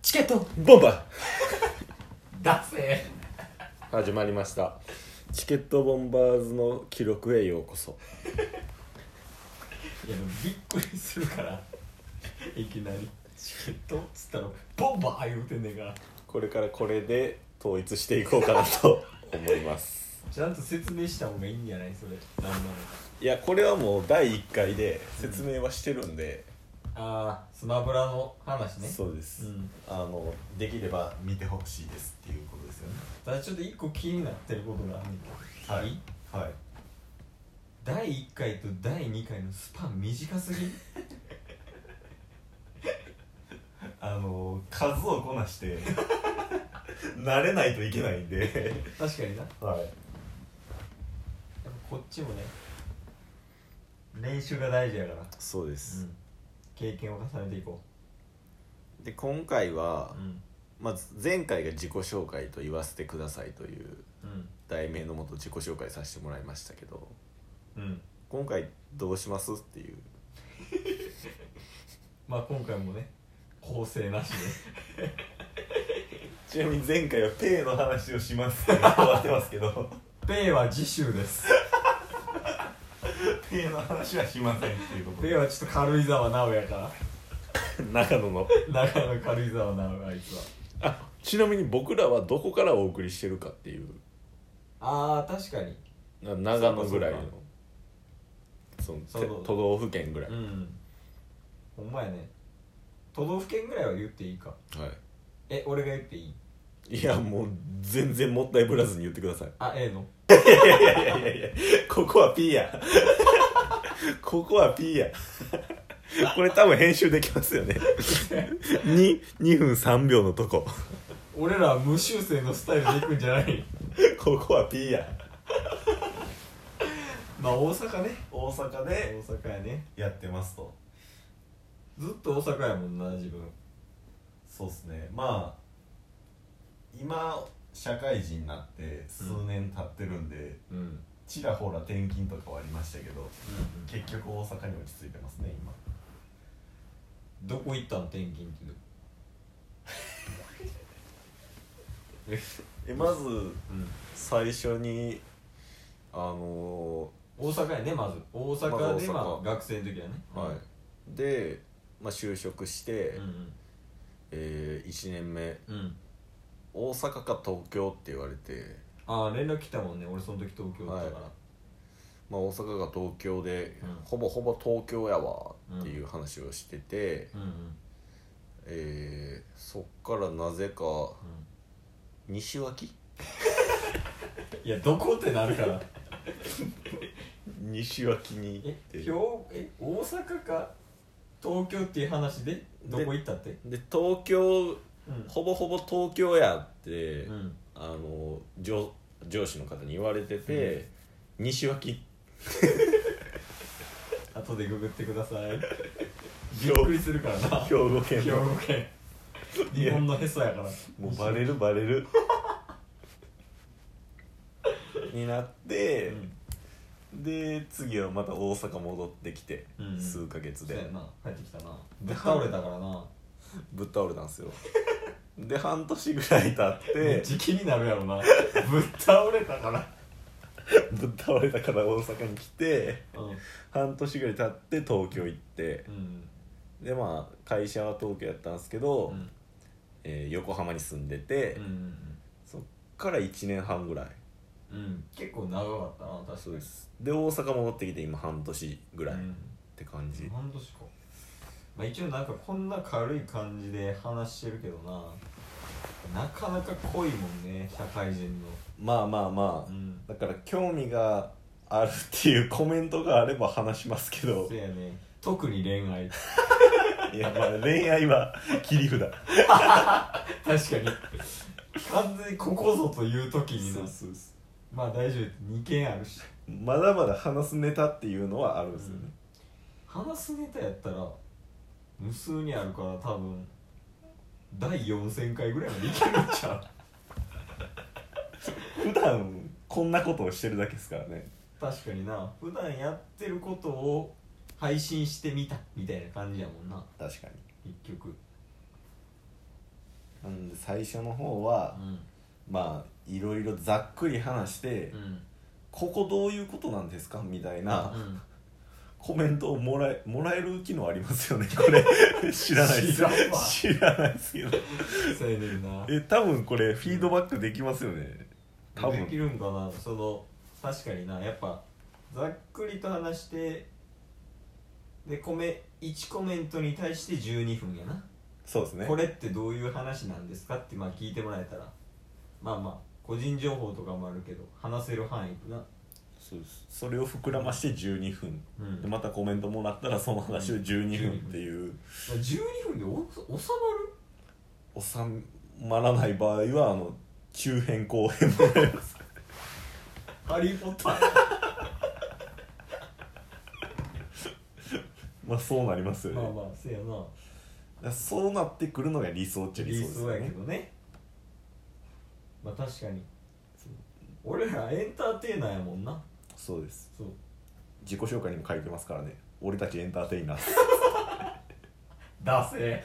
チケットボンバ出せー始まりました。チケットボンバーズの記録へようこそ。 いやでもびっくりするからいきなりチケットっつったらボンバー言うてんねんから、 これからこれで統一していこうかなと思いますちゃんと説明した方がいいんじゃないそれ何なのか。 いやこれはもう第1回で説明はしてるんで、 ああスマブラの話ね。 そうです、 うん、 できれば見てほしいですっていうことですよね。 ただちょっと一個気になってることがあんねんけど、 はいいいはい。 第1回と第2回のスパン短すぎる数をこなして慣れないといけないんで確かにな。 はい。 やっぱこっちもね練習が大事やから、 そうです、 経験を重ねていこで今回は、 う。 まず前回が自己紹介と言わせてくださいといううん題名のもと自己紹介させてもらいましたけど、 うん今回どうしますっていう。 まあ今回もね構成なしでちなみに前回はペイの話をしますって終わってますけどペイは次週ですペイの話はしませんっていうことで、 ペイはちょっと軽井沢直やから長野の長野軽井沢直あいつは。 ちなみに僕らはどこからお送りしてるかっていう、 あー確かに長野ぐらいのそう都道府県ぐらい、 ほんまやね。都道府県ぐらいは言っていいか。俺が言っていい？ いやもう全然もったいぶらずに言ってください。 のいやここは P やここは P やこれ多分編集できますよね2分3秒のとこ俺らは無修正のスタイルでいくんじゃないここは P や。 まあ大阪ね。 大阪大で阪やね。 やってますと。 ずっと大阪やもんな自分。 そうっすね。まあ今社会人になって数年経ってるんで、ちらほら転勤とかはありましたけど、結局大阪に落ち着いてますね今。 どこ行ったん転勤ってまず、最初に大阪やね。まず大阪で、 まあ学生の時はね。 はいで、就職して、1年目、大阪か東京って言われて、 ああ連絡来たもんね。俺その時東京だったから、 大阪が東京で、ほぼほぼ東京やわっていう話をしてて、そっからなぜか、西脇いやどこってなるから西脇に行って大阪か東京っていう話でどこ行ったって。 で東京、ほぼほぼ東京やって、上司の方に言われてて、西脇後でググってくださいびっくりするからな。 兵庫県兵庫県日本のへそやから。 もうバレるになって、で次はまた大阪戻ってきて、数ヶ月でそうやな帰ってきたな。ぶっ倒れたからな。 ぶっ倒れたんですよで半年ぐらい経って時期になるやろなぶっ倒れたからぶっ倒れたから大阪に来て、半年ぐらい経って東京行って、で会社は東京やったんですけど、横浜に住んでて、そっから1年半ぐらい、 結構長かったな。確かにそうです。で大阪戻ってきて今半年ぐらいって感じ、 半年か。一応なんかこんな軽い感じで話してるけどなかなか濃いもんね社会人の。 だから興味があるっていうコメントがあれば話しますけどそうやね。特に恋愛いや恋愛は切り札確かに完全にここぞという時にな。 そう大丈夫。2件あるしまだまだ話すネタっていうのはあるんですよね、 話すネタやったら無数にあるから多分第4000回ぐらいまでいけるんちゃう普段こんなことをしてるだけですからね。 確かにな。普段やってることを配信してみたみたいな感じやもんな確かに。 結局。 なんで最初の方は、まあいろいろざっくり話して、ここどういうことなんですかみたいな、コメントをもらえる機能ありますよねこれ知らないです知らないですけどそうやねんな。 多分これフィードバックできますよね。多分できるんかな。確かにな、やっぱざっくりと話してで1コメントに対して12分やな。 そうですね。 これってどういう話なんですかって聞いてもらえたら、まあ個人情報とかもあるけど話せる範囲かな。 そうです。それを膨らまして12分、でまたコメントもらったらその話を12分っていう、 12分で収まらない場合は中編後編もらいますハリーポッターまあそうなりますよね。 そうやな。 そうなってくるのが理想っちゃ理想ですよね。 理想やけどね。確かに俺らエンターテイナーやもんな。 そうです。 そう、 自己紹介にも書いてますからね。俺たちエンターテイナーダセー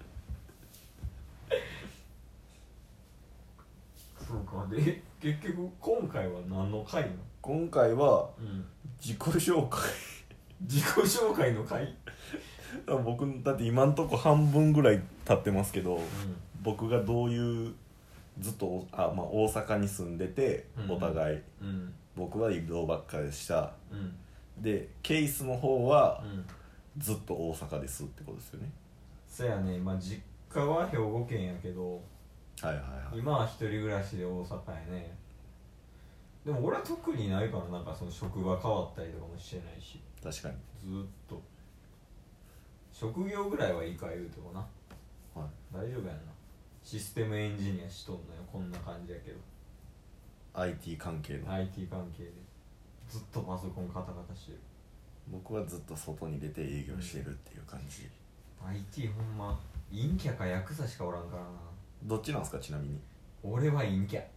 そうか。で結局今回は何の回なの？ 今回は、自己紹介自己紹介の回僕だって今んとこ半分ぐらい経ってますけど、僕がどういうずっと大阪に住んでて、お互い、僕は移動ばっかでした、でケースの方は、ずっと大阪ですってことですよね。 そやね。実家は兵庫県やけど、今は一人暮らしで大阪やね。でも俺は特にないから、その職場変わったりとかもしてないし。 確かにずっと職業ぐらいはいいか言うてもな、大丈夫やんな。システムエンジニアしとんのよ。こんな感じやけど IT 関係の IT 関係でずっとパソコンカタカタしてる。 僕はずっと外に出て営業してるっていう感じ、 IT ほんま陰キャかヤクザしかおらんからな。 どっちなんですかちなみに。 俺は陰キャ。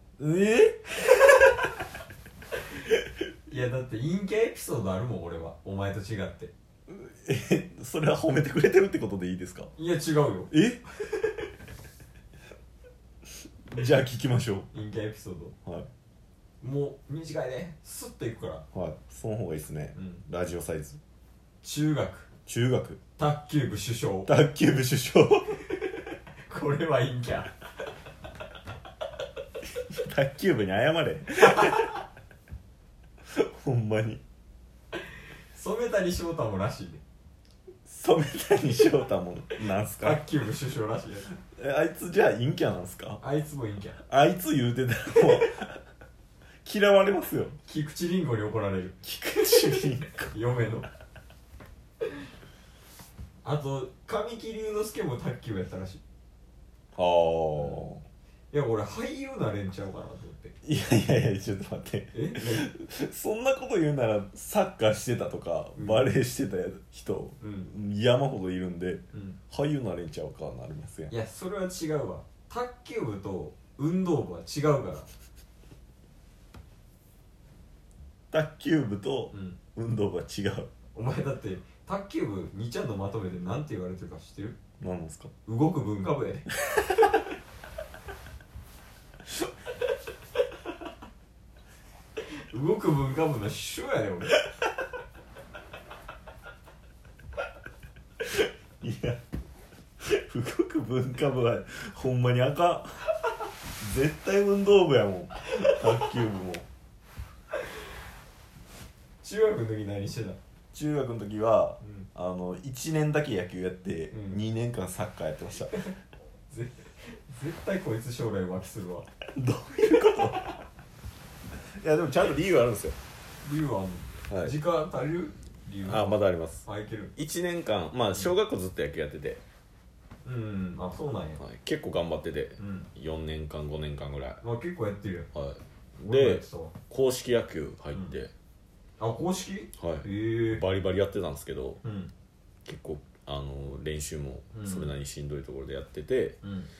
いやだって陰キャエピソードあるもん俺は。お前と違って。 それは褒めてくれてるってことでいいですか。 いや違うよ。 じゃあ聞きましょう。 陰キャエピソード、もう短いね。スッといくから。 その方がいいですね、ラジオサイズ。 中学卓球部主将これは陰キャ卓球部に謝れほんまに。 染谷翔太もらしいで。 染谷翔太もなんすか。 卓球部主将らしいやつ。 あいつじゃあ陰キャなんすか。 あいつも陰キャ。 あいつ言うてたらもう嫌われますよ。 菊池凛子に怒られる。 菊池凛子嫁のあと神木隆之介も卓球部やったらしい。いや俺俳優なれんちゃうかなと思って。 いやちょっと待って。そんなこと言うならサッカーしてたとか、バレーしてた人、山ほどいるんで、俳優なれんちゃうかなりますやん。 いやそれは違うわ。卓球部と運動部は違うから。 卓球部と運動部は違う、 お前だって卓球部2ちゃんのまとめでなんて言われてるか知ってる？ 何ですか。 動く文化部やで動く文化部の主やで俺。 いや動く文化部はほんまにあかん絶対運動部やもん卓球部も。 中学の時何してた？ 中学の時は、1年だけ野球やって、2年間サッカーやってました絶対こいつ将来浮気するわどういうこといやでもちゃんと理由あるんですよ。 理由はあんの？時間足りる理由？ まだあります。 いける。 1年間小学校ずっと野球やってて、 そうなんや、 結構頑張ってて、4年間5年間ぐらい、 結構やってるやん。で硬式野球入って、 硬式？ バリバリやってたんですけど、結構練習もそれなりにしんどいところでやってて、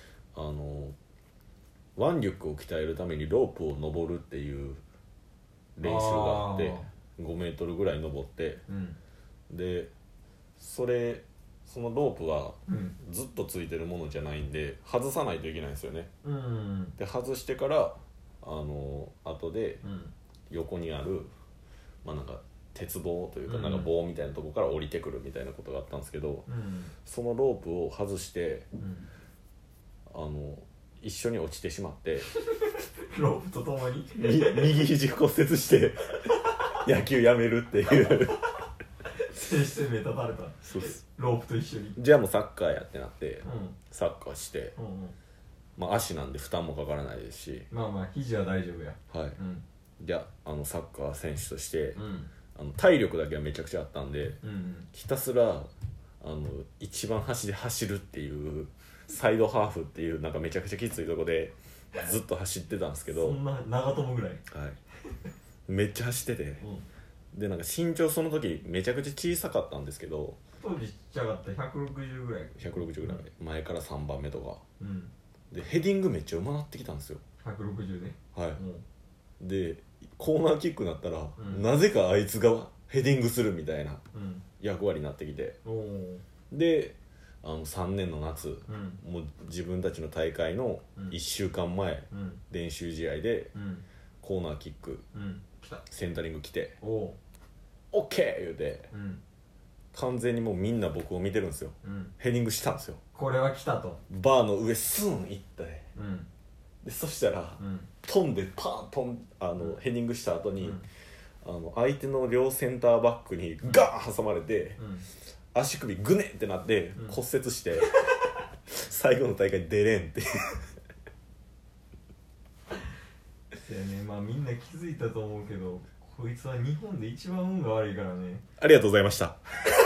腕力を鍛えるためにロープを登るっていう練習があって、5メートルぐらい登って、でそれそのロープはずっとついてるものじゃないんで外さないといけないんですよね、で外してから後で横にある、なんか鉄棒というか、なんか棒みたいなとこから降りてくるみたいなことがあったんですけど、そのロープを外して、一緒に落ちてしまってロープとともに右肘骨折して野球やめるっていう選手生命立たれた。そうです。ロープと一緒に。 じゃあもうサッカーやってなって、サッカーして、足なんで負担もかからないですし、 肘は大丈夫や。 はい、じゃあサッカー選手として、体力だけはめちゃくちゃあったんで、ひたすら一番端で走るっていうサイドハーフっていうなんかめちゃくちゃきついとこでずっと走ってたんですけど、 そんな長友ぐらい、 はい、めっちゃ走ってて、でなんか身長その時めちゃくちゃ小さかったんですけど、 当時ちっちゃかった160ぐらい 160ぐらい、前から3番目とか、でヘディングめっちゃ上手なってきたんですよ 160ね。 はい、でコーナーキックになったら、なぜかあいつがヘディングするみたいな役割になってきて、で3年の夏、もう自分たちの大会の1週間前、練習試合で、コーナーキック、センタリング来てオッケー言うて、完全にもうみんな僕を見てるんですよ、ヘディングしたんですよ。 これは来たと。 バーの上スーン行って、でそしたら、飛んでパーンヘディングした後に、相手の両センターバックにガーン挟まれて、足首グネってなって骨折して、最後の大会出れんってそうやね、みんな気づいたと思うけど、こいつは日本で一番運が悪いからね。 ありがとうございました